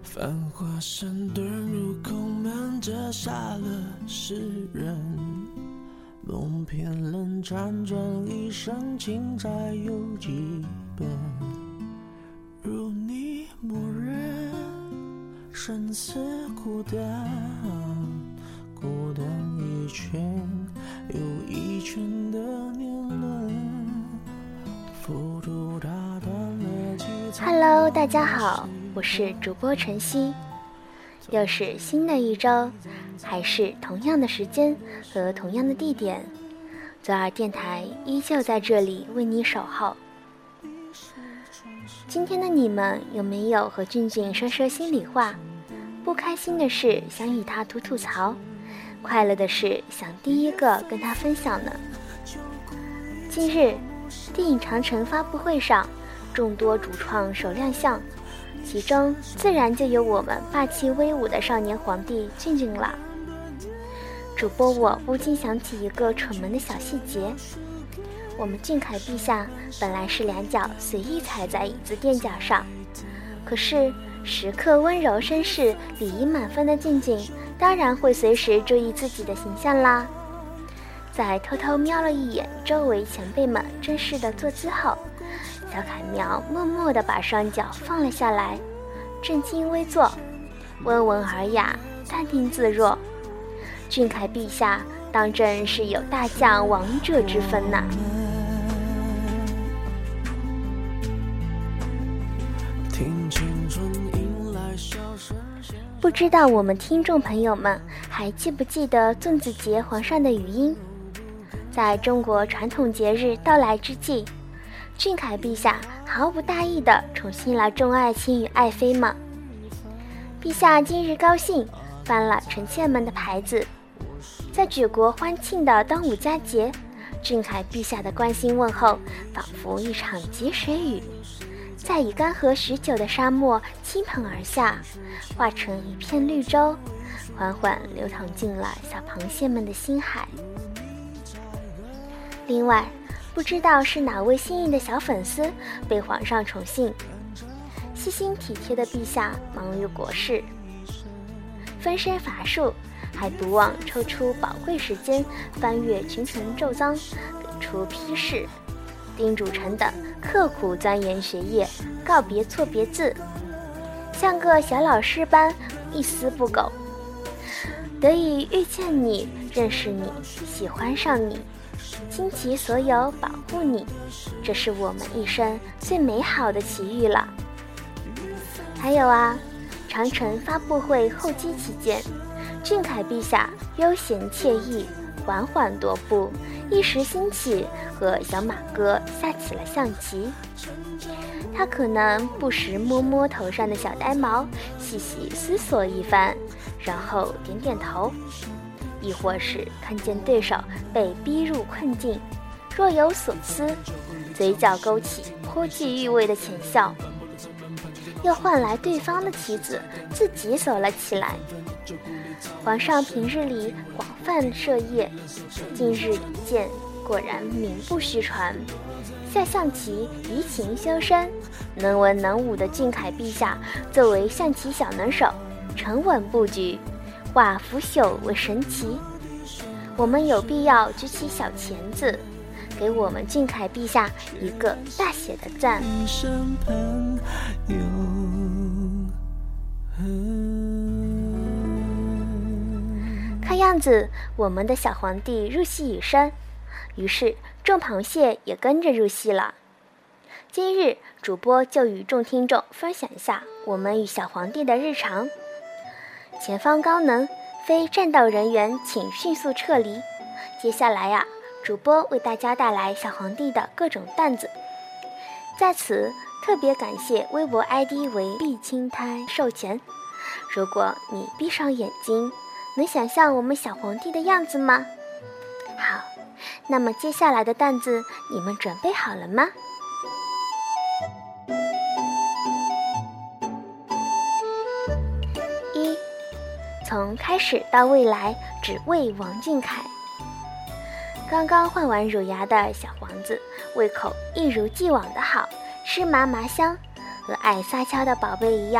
繁华山遁入空门，折煞了世人。梦偏冷辗转一生，情债有几本？如你默认，生死孤单，孤单一圈又一圈的年轮，浮屠打断了几层。 Hello， 大家好，我是主播晨曦，又是新的一周，还是同样的时间和同样的地点，左耳电台依旧在这里为你守候。今天的你们有没有和俊俊说说心里话？不开心的事想与他吐吐槽，快乐的事想第一个跟他分享呢？近日，电影《长城》发布会上，众多主创首亮相，其中自然就有我们霸气威武的少年皇帝俊俊了。主播我不禁想起一个蠢萌的小细节，我们俊凯陛下本来是两脚随意踩在椅子垫脚上，可是时刻温柔绅士、礼仪满分的俊俊当然会随时注意自己的形象啦。在偷偷瞄了一眼周围前辈们正式的坐姿后，小凯苗默默地把双脚放了下来，正襟危坐，温文尔雅，淡定自若。俊凯陛下当真是有大将王者之分呐！不知道我们听众朋友们还记不记得粽子节皇上的语音？在中国传统节日到来之际，俊凯陛下毫不大意地宠幸了众爱卿与爱妃们。陛下今日高兴，翻了臣妾们的牌子。在举国欢庆的端午佳节，俊凯陛下的关心问候仿佛一场积水雨，在已干涸许久的沙漠倾盆而下，化成一片绿洲，缓缓流淌进了小螃蟹们的心海。另外，不知道是哪位幸运的小粉丝被皇上宠幸，细心体贴的陛下忙于国事，分身乏术，还不忘抽出宝贵时间翻阅群臣奏章，给出批示，叮嘱臣等刻苦钻研学业，告别错别字，像个小老师般一丝不苟。得以遇见你，认识你，喜欢上你，倾其所有保护你，这是我们一生最美好的奇遇了。还有啊，长城发布会候机期间，俊凯陛下悠闲惬意，缓缓踱步，一时兴起和小马哥下起了象棋。他可能不时摸摸头上的小呆毛，细细思索一番，然后点点头，亦或是看见对手被逼入困境，若有所思，嘴角勾起颇具意味的浅笑，又换来对方的棋子自己走了起来。皇上平日里广泛涉业，近日一见，果然名不虚传。下象棋怡情修身，能文能武的俊凯陛下作为象棋小能手，沉稳布局，化腐朽为神奇。我们有必要举起小钳子，给我们俊凯陛下一个大写的赞。看样子我们的小皇帝入戏已深，于是众螃蟹也跟着入戏了。今日主播就与众听众分享一下我们与小皇帝的日常。前方高能，非战斗人员请迅速撤离。接下来呀，主播为大家带来小皇帝的各种段子。在此特别感谢微博 ID 为碧青苔授权。如果你闭上眼睛，能想象我们小皇帝的样子吗？好，那么接下来的段子你们准备好了吗？一，从开始到未来，只为王俊凯。刚刚换完乳牙的小皇子，胃口一如既往的好，吃麻麻香，和爱撒娇的宝贝一样，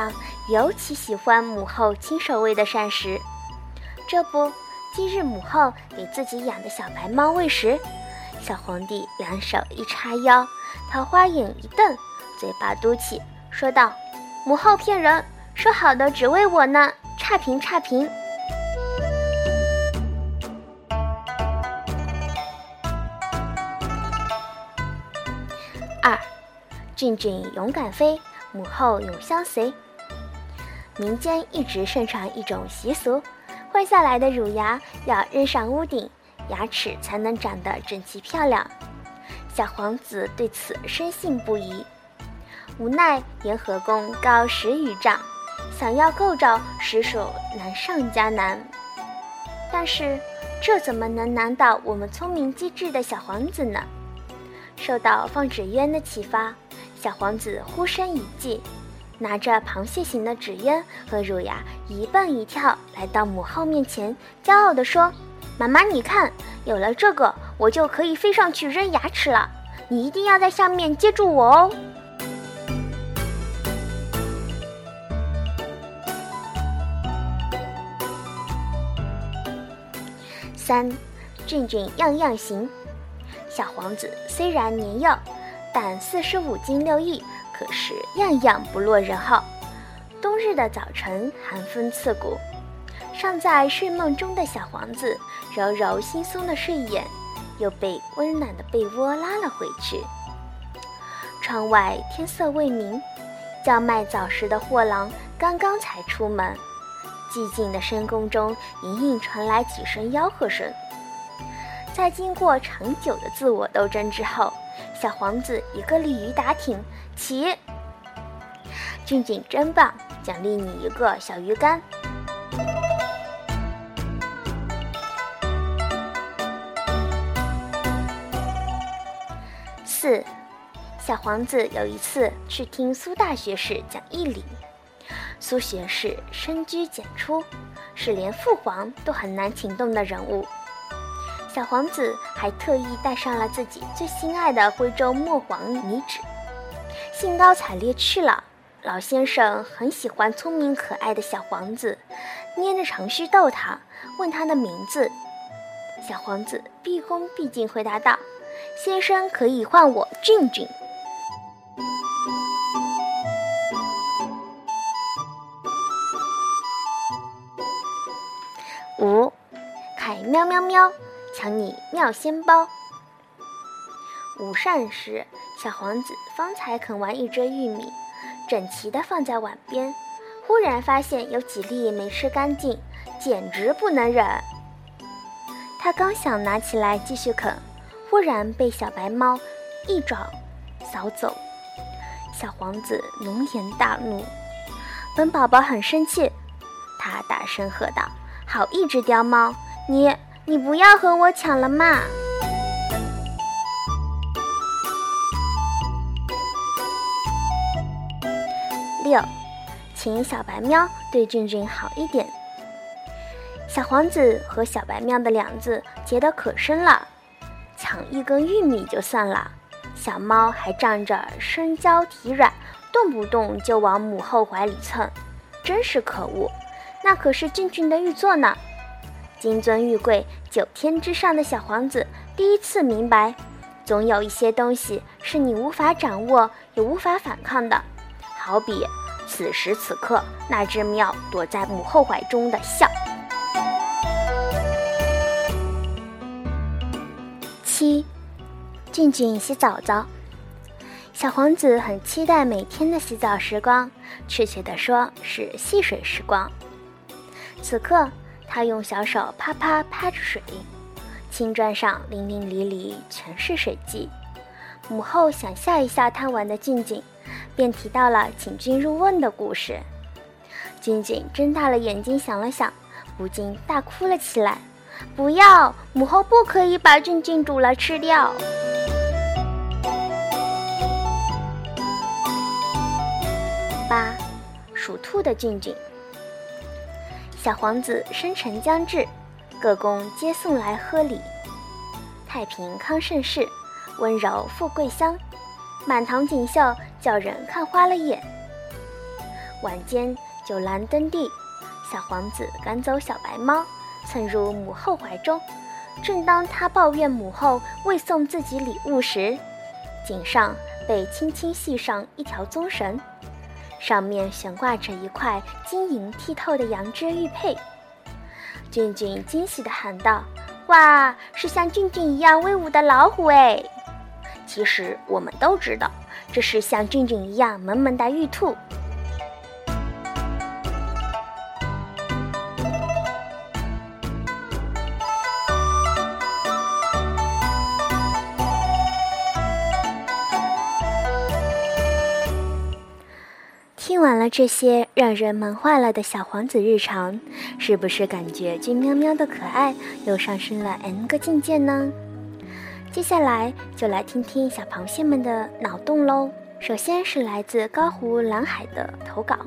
尤其喜欢母后亲手喂的膳食。这不，今日母后给自己养的小白猫喂食，小皇帝两手一叉腰，桃花眼一瞪，嘴巴嘟起，说道：“母后骗人，说好的只喂我呢，差评差评。”2. 俊俊勇敢飞，母后永相随。民间一直盛传一种习俗，换下来的乳牙要扔上屋顶，牙齿才能长得整齐漂亮。小皇子对此深信不疑，无奈延和宫高10余丈，想要构造实属难上加难。但是这怎么能难倒我们聪明机智的小皇子呢？受到放纸鸢的启发，小皇子忽生一计，拿着螃蟹形的纸鸢和乳牙一蹦一跳来到母后面前，骄傲地说：“妈妈你看，有了这个，我就可以飞上去扔牙齿了，你一定要在下面接住我哦。”3. 俊俊样样行。小皇子虽然年幼，但45斤6翼，可是样样不落人后。冬日的早晨，寒风刺骨，尚在睡梦中的小皇子揉揉惺忪的睡眼，又被温暖的被窝拉了回去。窗外天色未明，叫卖早食的货郎刚刚才出门，寂静的深宫中隐隐传来几声吆喝声。在经过长久的自我斗争之后，小皇子一个鲤鱼打挺，起。俊俊真棒，奖励你一个小鱼干。4. 小皇子有一次去听苏大学士讲义理。苏学士深居简出，是连父皇都很难请动的人物。小皇子还特意带上了自己最心爱的徽州墨黄泥纸，兴高采烈去了。老先生很喜欢聪明可爱的小皇子，捏着长须逗他，问他的名字。小皇子毕恭毕敬回答道：“先生可以唤我俊俊。”5. 凯喵喵喵，抢你妙仙包。午膳时，小皇子方才啃完一只玉米，整齐地放在碗边，忽然发现有几粒没吃干净，简直不能忍。他刚想拿起来继续啃，忽然被小白猫一爪扫走。小皇子龙颜大怒，本宝宝很生气，他大声喝道：“好一只刁猫，你不要和我抢了嘛！”6. 请小白喵对俊俊好一点。小皇子和小白喵的两字结得可深了，抢一根玉米就算了，小猫还仗着身娇体软，动不动就往母后怀里蹭，真是可恶。那可是俊俊的玉座呢。金尊玉贵9天之上的小皇子第一次明白，总有一些东西是你无法掌握也无法反抗的，好比此时此刻那只喵躲在母后怀中的笑。7. 俊俊洗澡澡。小皇子很期待每天的洗澡时光，确切地说是戏水时光。此刻他用小手啪啪拍着水，青砖上淋淋漓漓全是水迹。母后想吓一吓贪玩的俊俊，便提到了请君入瓮的故事。俊俊睁大了眼睛想了想，不禁大哭了起来：“不要，母后不可以把俊俊煮了吃掉。”8. 属兔的俊俊。小皇子生辰将至，各宫皆送来贺礼。太平康盛世，温柔富贵乡，满堂锦绣叫人看花了眼。晚间酒闌登地，小皇子赶走小白猫，蹭入母后怀中。正当他抱怨母后未送自己礼物时，颈上被轻轻系上一条棕绳，上面悬挂着一块晶莹剔透的羊脂玉佩。俊俊惊喜地喊道：“哇，是像俊俊一样威武的老虎哎！”其实我们都知道，这是像俊俊一样萌萌的玉兔。听完了这些让人萌坏了的小皇子日常，是不是感觉俊喵喵的可爱又上升了 N 个境界呢？接下来就来听听小螃蟹们的脑洞喽。首先是来自高湖蓝海的投稿，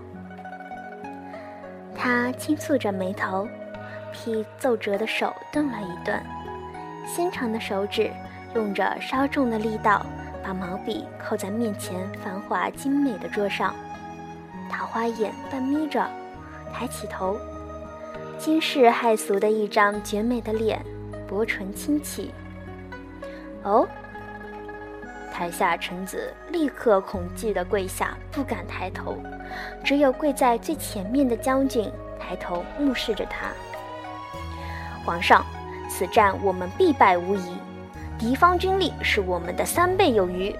他轻蹙着眉头，披皱褶的手动了一顿，纤长的手指用着稍重的力道把毛笔扣在面前繁华精美的桌上。桃花眼半眯着，抬起头，惊世骇俗的一张绝美的脸，薄唇轻启。哦！台下臣子立刻恐惧地跪下，不敢抬头，只有跪在最前面的将军抬头目视着他。皇上，此战我们必败无疑，敌方军力是我们的3倍有余。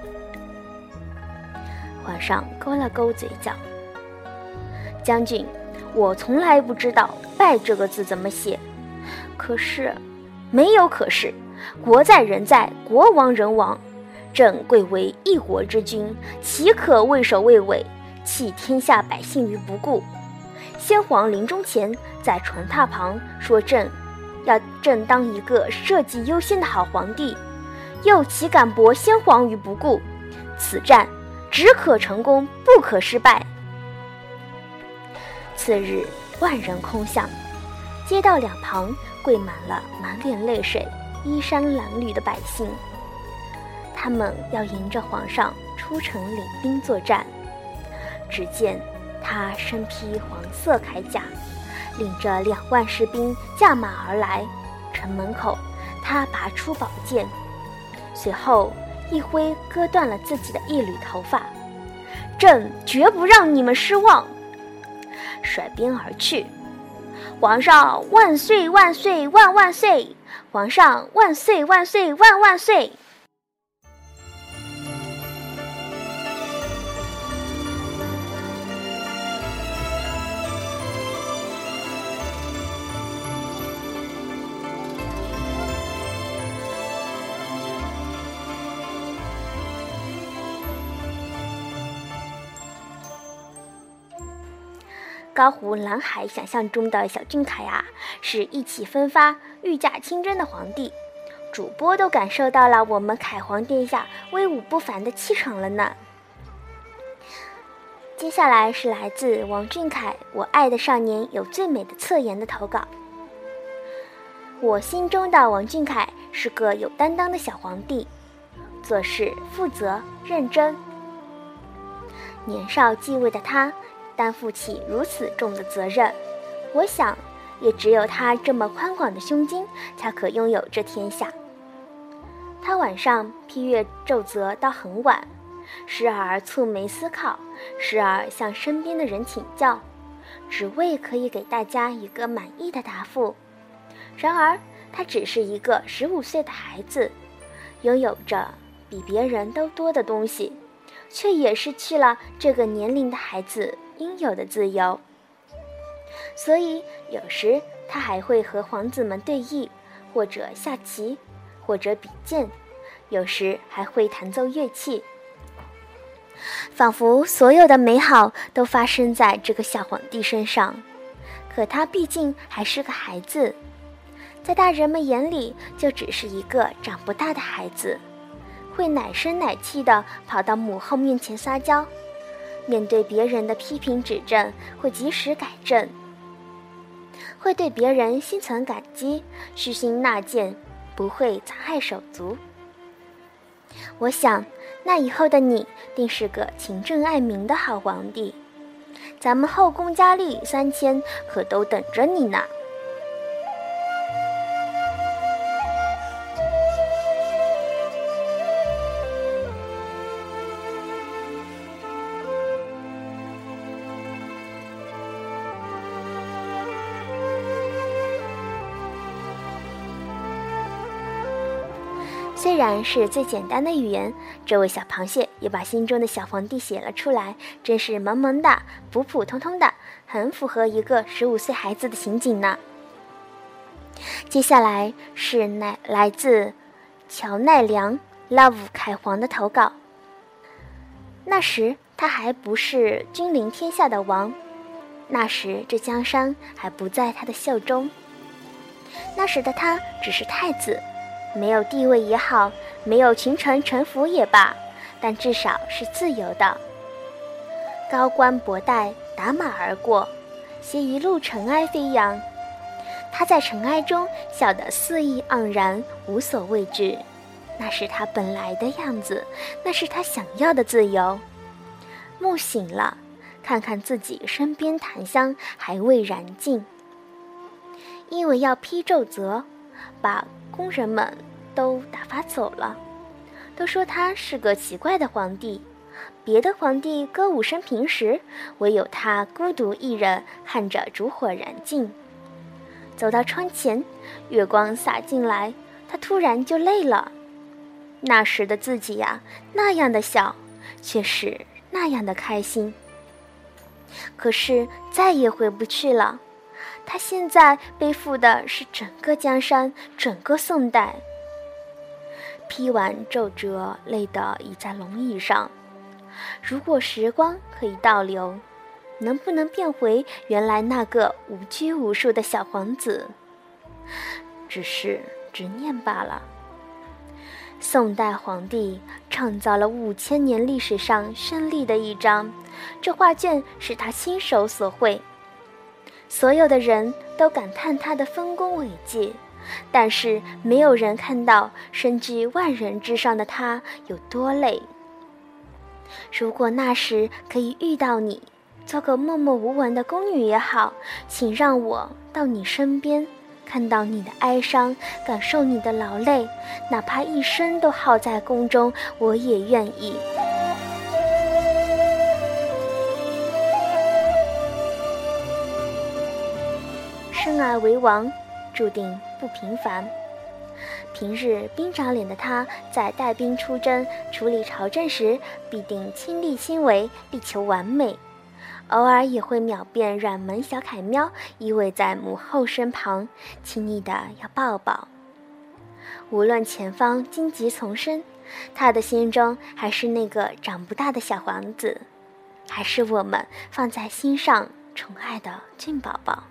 皇上勾了勾嘴角。将军，我从来不知道败这个字怎么写，可是没有可是，国在人在，国亡人亡，朕贵为一国之君，岂可畏首畏尾，弃天下百姓于不顾？先皇临终前在船榻旁说要朕当一个社稷优先的好皇帝，又岂敢驳先皇于不顾？此战只可成功，不可失败。次日，万人空巷，街道两旁跪满了满脸泪水、衣衫褴褛的百姓。他们要迎着皇上出城领兵作战。只见他身披黄色铠甲，领着2万士兵驾马而来。城门口，他拔出宝剑，随后一挥割断了自己的一缕头发。朕绝不让你们失望！甩鞭而去。皇上万岁万岁万万岁！皇上万岁万岁万万岁！高湖蓝海想象中的小俊凯啊，是意气风发、御驾亲征的皇帝，主播都感受到了我们凯皇殿下威武不凡的气场了呢。接下来是来自王俊凯，我爱的少年有最美的侧颜的投稿。我心中的王俊凯是个有担当的小皇帝，做事负责认真。年少继位的他担负起如此重的责任，我想也只有他这么宽广的胸襟才可拥有这天下。他晚上批阅奏折到很晚，时而蹙眉思考，时而向身边的人请教，只为可以给大家一个满意的答复。然而他只是一个15岁的孩子，拥有着比别人都多的东西，却也失去了这个年龄的孩子应有的自由。所以有时他还会和皇子们对弈，或者下棋，或者比剑，有时还会弹奏乐器，仿佛所有的美好都发生在这个小皇帝身上。可他毕竟还是个孩子，在大人们眼里就只是一个长不大的孩子，会奶声奶气地跑到母后面前撒娇，面对别人的批评指正会及时改正，会对别人心存感激，虚心纳谏，不会残害手足。我想那以后的你定是个勤政爱民的好皇帝。 咱们后宫佳丽3000可都等着你呢。虽然是最简单的语言，这位小螃蟹也把心中的小皇帝写了出来，真是萌萌的、普普通通的，很符合一个15岁孩子的情景呢。接下来是来自乔奈良 Love 凯皇的投稿。那时他还不是君临天下的王，那时这江山还不在他的袖中，那时的他只是太子，没有地位也好，没有群臣臣服也罢，但至少是自由的。高冠博带，打马而过，携一路尘埃飞扬。他在尘埃中笑得肆意盎然，无所畏惧。那是他本来的样子，那是他想要的自由。梦醒了，看看自己身边檀香还未燃尽，因为要批奏折，把工人们都打发走了，都说他是个奇怪的皇帝。别的皇帝歌舞升平时，唯有他孤独一人，看着烛火燃尽。走到窗前，月光洒进来，他突然就累了。那时的自己呀，那样的小，却是那样的开心。可是再也回不去了，他现在背负的是整个江山，整个宋代。批完奏折，累得倚在龙椅上。如果时光可以倒流，能不能变回原来那个无拘无束的小皇子？只是执念罢了。宋代皇帝创造了5000年历史上绚丽的一章，这画卷是他亲手所绘。所有的人都感叹他的丰功伟绩，但是没有人看到身居万人之上的他有多累。如果那时可以遇到你，做个默默无闻的宫女也好，请让我到你身边，看到你的哀伤，感受你的劳累，哪怕一生都耗在宫中，我也愿意。生而为王，注定不平凡。平日冰长脸的他，在带兵出征、处理朝政时，必定亲力亲为，力求完美。偶尔也会秒变软萌小凯喵，依偎在母后身旁，亲昵的要抱抱。无论前方荆棘丛生，他的心中还是那个长不大的小皇子，还是我们放在心上宠爱的俊宝宝。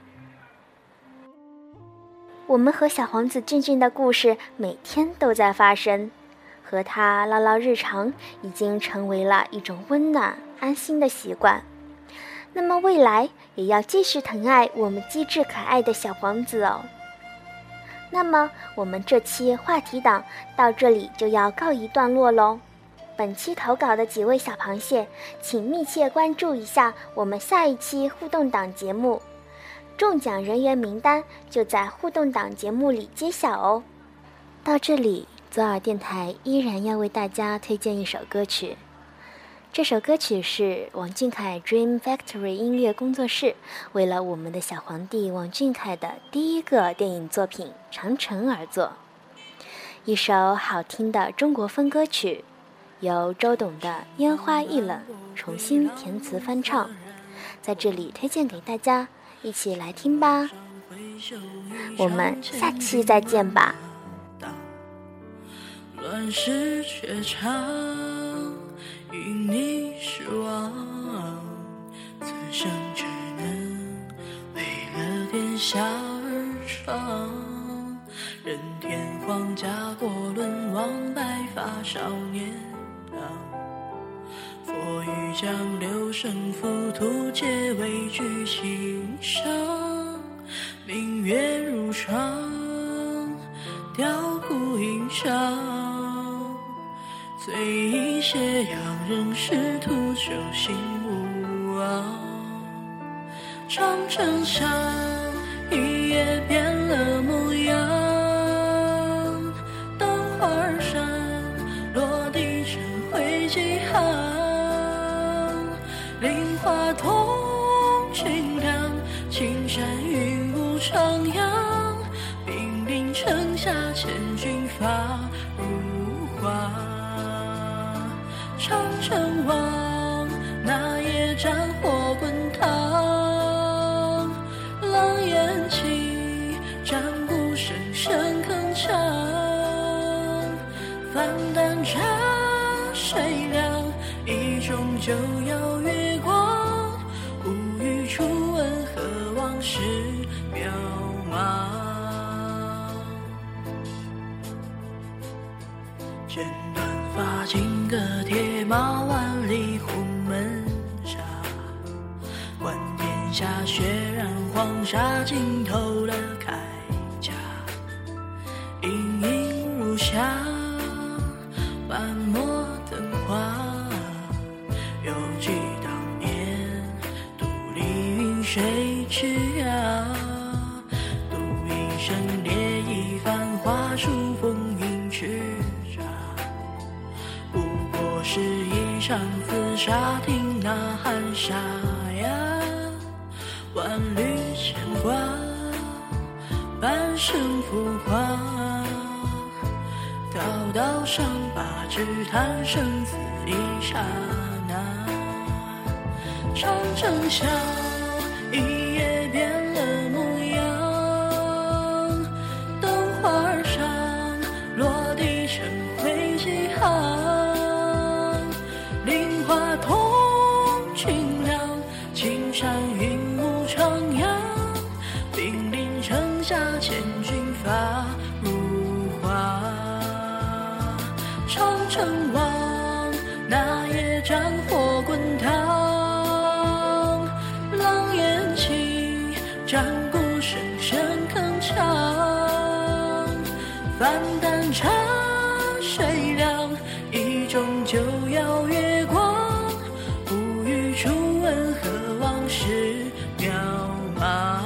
我们和小皇子俊俊的故事每天都在发生，和他唠唠日常已经成为了一种温暖安心的习惯。那么未来也要继续疼爱我们机智可爱的小皇子哦。那么我们这期话题档到这里就要告一段落喽。本期投稿的几位小螃蟹，请密切关注一下我们下一期互动档节目，中奖人员名单就在互动档节目里揭晓哦。到这里，左耳电台依然要为大家推荐一首歌曲。这首歌曲是王俊凯 Dream Factory 音乐工作室为了我们的小皇帝王俊凯的第一个电影作品《长城》而作，一首好听的中国风歌曲，由周董的《烟花易冷》重新填词翻唱，在这里推荐给大家，一起来听吧。我们下期再见吧。 乱世却常与你失望，此生只能为了天下而闯。任天皇家国论王，白发少年佛语将六神浮屠，皆为剧欣赏。明月如窗，雕骨映上，醉一斜阳，仍是徒手心无望。 长城下，一夜变了模样。灯花闪，落地成灰几行。菱花同清凉，青山云雾徜徉。兵临城下，千军发如花。长城望，那夜战火滚烫。狼烟起，战鼓声声铿锵。翻担茶水凉，一盅酒邀月光。无语初闻何往事渺茫。剪短发，金戈铁马，万里虎门下。观天下，血染黄沙，尽头了铠甲。隐隐如霞，漫抹灯花。犹记当年，独立云水之涯。独一生烈意繁华，数风云之渣。不过是一场厮杀，听那寒沙哑。万缕牵挂，半生浮华。道道伤疤，只叹生死一刹那。长城下，一夜变了模样。灯花闪，落地成灰几行。菱花同清凉，青山云雾徜徉。兵临城下，千军发如花。长城望，那夜战火滚烫。狼烟起，战鼓声声铿锵。翻担茶水凉，一盅酒邀月光。无语初闻何往事渺茫。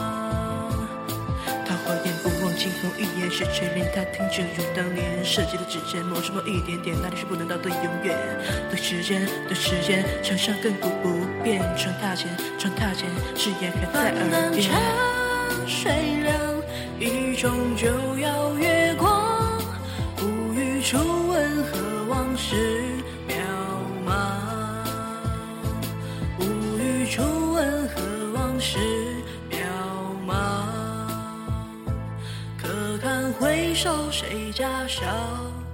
桃花眼不忘惊鸿，一眼是垂怜他听着如当年设计的指尖，磨什么一点点，那里是不能到的永远。对时间，对时间，长上亘古不变。床榻前，床榻前，誓言还在耳边。茶水凉，一盅酒邀月光。无语初闻何往事渺茫。无语初闻何往事渺茫。可看回首，谁家小